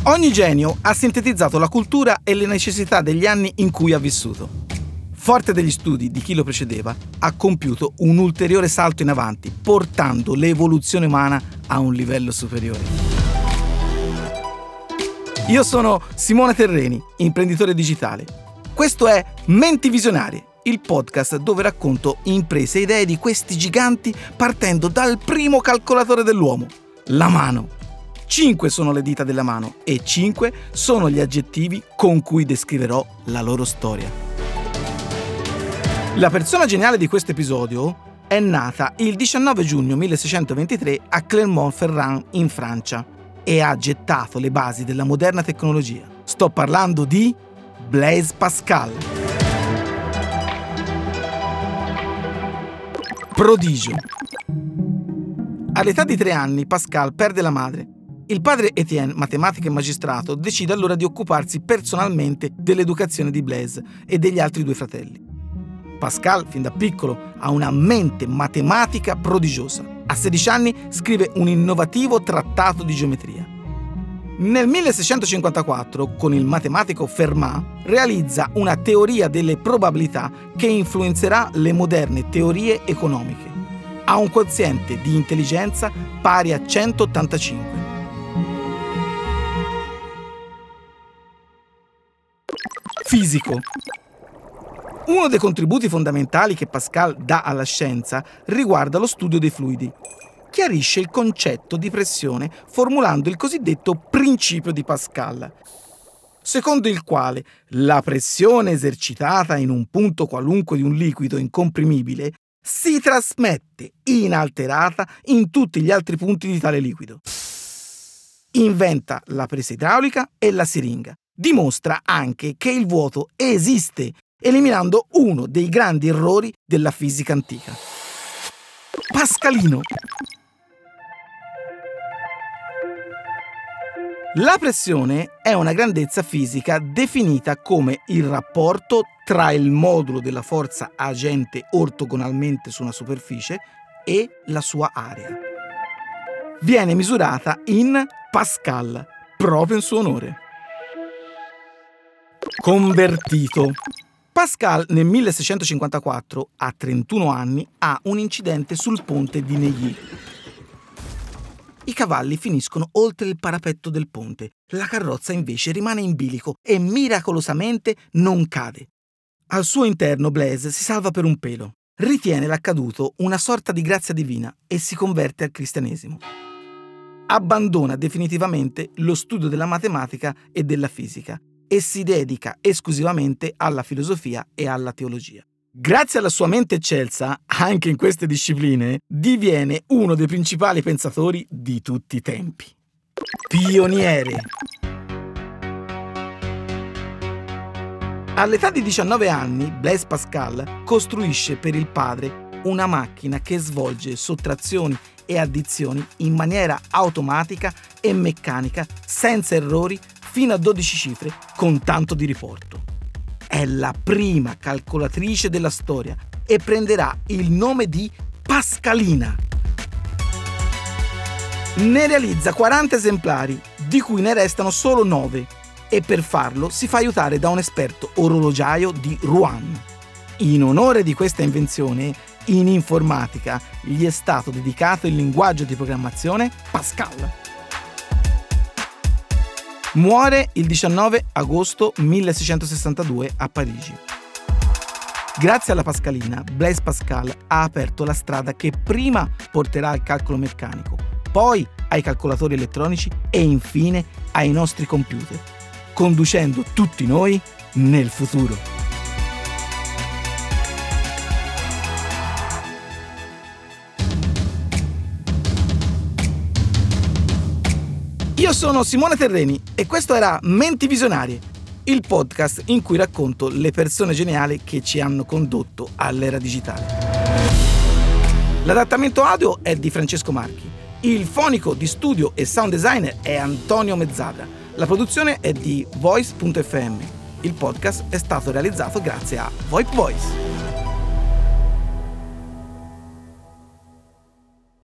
Ogni genio ha sintetizzato la cultura e le necessità degli anni in cui ha vissuto. Forte degli studi di chi lo precedeva, ha compiuto un ulteriore salto in avanti, portando l'evoluzione umana a un livello superiore. Io sono Simone Terreni, imprenditore digitale. Questo è Menti Visionarie, il podcast dove racconto imprese e idee di questi giganti partendo dal primo calcolatore dell'uomo, la mano. 5 sono le dita della mano e 5 sono gli aggettivi con cui descriverò la loro storia. La persona geniale di questo episodio è nata il 19 giugno 1623 a Clermont-Ferrand in Francia e ha gettato le basi della moderna tecnologia. Sto parlando di Blaise Pascal. Prodigio. All'età di 3 anni Pascal perde la madre. Il padre Étienne, matematico e magistrato, decide allora di occuparsi personalmente dell'educazione di Blaise e degli altri 2 fratelli. Pascal, fin da piccolo, ha una mente matematica prodigiosa. A 16 anni scrive un innovativo trattato di geometria. Nel 1654, con il matematico Fermat, realizza una teoria delle probabilità che influenzerà le moderne teorie economiche. Ha un quoziente di intelligenza pari a 185. Fisico. Uno dei contributi fondamentali che Pascal dà alla scienza riguarda lo studio dei fluidi. Chiarisce il concetto di pressione formulando il cosiddetto principio di Pascal, secondo il quale la pressione esercitata in un punto qualunque di un liquido incomprimibile si trasmette inalterata in tutti gli altri punti di tale liquido. Inventa la presa idraulica e la siringa. Dimostra anche che il vuoto esiste, eliminando uno dei grandi errori della fisica antica. Pascalino. La pressione è una grandezza fisica definita come il rapporto tra il modulo della forza agente ortogonalmente su una superficie e la sua area. Viene misurata in Pascal, proprio in suo onore. Convertito. Pascal nel 1654, a 31 anni, ha un incidente sul ponte di Neuilly. I cavalli finiscono oltre il parapetto del ponte, la carrozza invece rimane in bilico e miracolosamente non cade. Al suo interno Blaise si salva per un pelo, ritiene l'accaduto una sorta di grazia divina e si converte al cristianesimo. Abbandona definitivamente lo studio della matematica e della fisica e si dedica esclusivamente alla filosofia e alla teologia. Grazie alla sua mente eccelsa, anche in queste discipline, diviene uno dei principali pensatori di tutti i tempi. Pioniere. All'età di 19 anni, Blaise Pascal costruisce per il padre una macchina che svolge sottrazioni e addizioni in maniera automatica e meccanica, senza errori, fino a 12 cifre, con tanto di riporto. È la prima calcolatrice della storia e prenderà il nome di Pascalina. Ne realizza 40 esemplari, di cui ne restano solo 9, e per farlo si fa aiutare da un esperto orologiaio di Rouen. In onore di questa invenzione, in informatica gli è stato dedicato il linguaggio di programmazione Pascal. Muore il 19 agosto 1662 a Parigi. Grazie alla Pascalina, Blaise Pascal ha aperto la strada che prima porterà al calcolo meccanico, poi ai calcolatori elettronici e infine ai nostri computer, conducendo tutti noi nel futuro. Io sono Simone Terreni e questo era Menti Visionarie, il podcast in cui racconto le persone geniali che ci hanno condotto all'era digitale. L'adattamento audio è di Francesco Marchi, il fonico di studio e sound designer è Antonio Mezzadra, la produzione è di Voice.fm. Il podcast è stato realizzato grazie a VoIP Voice.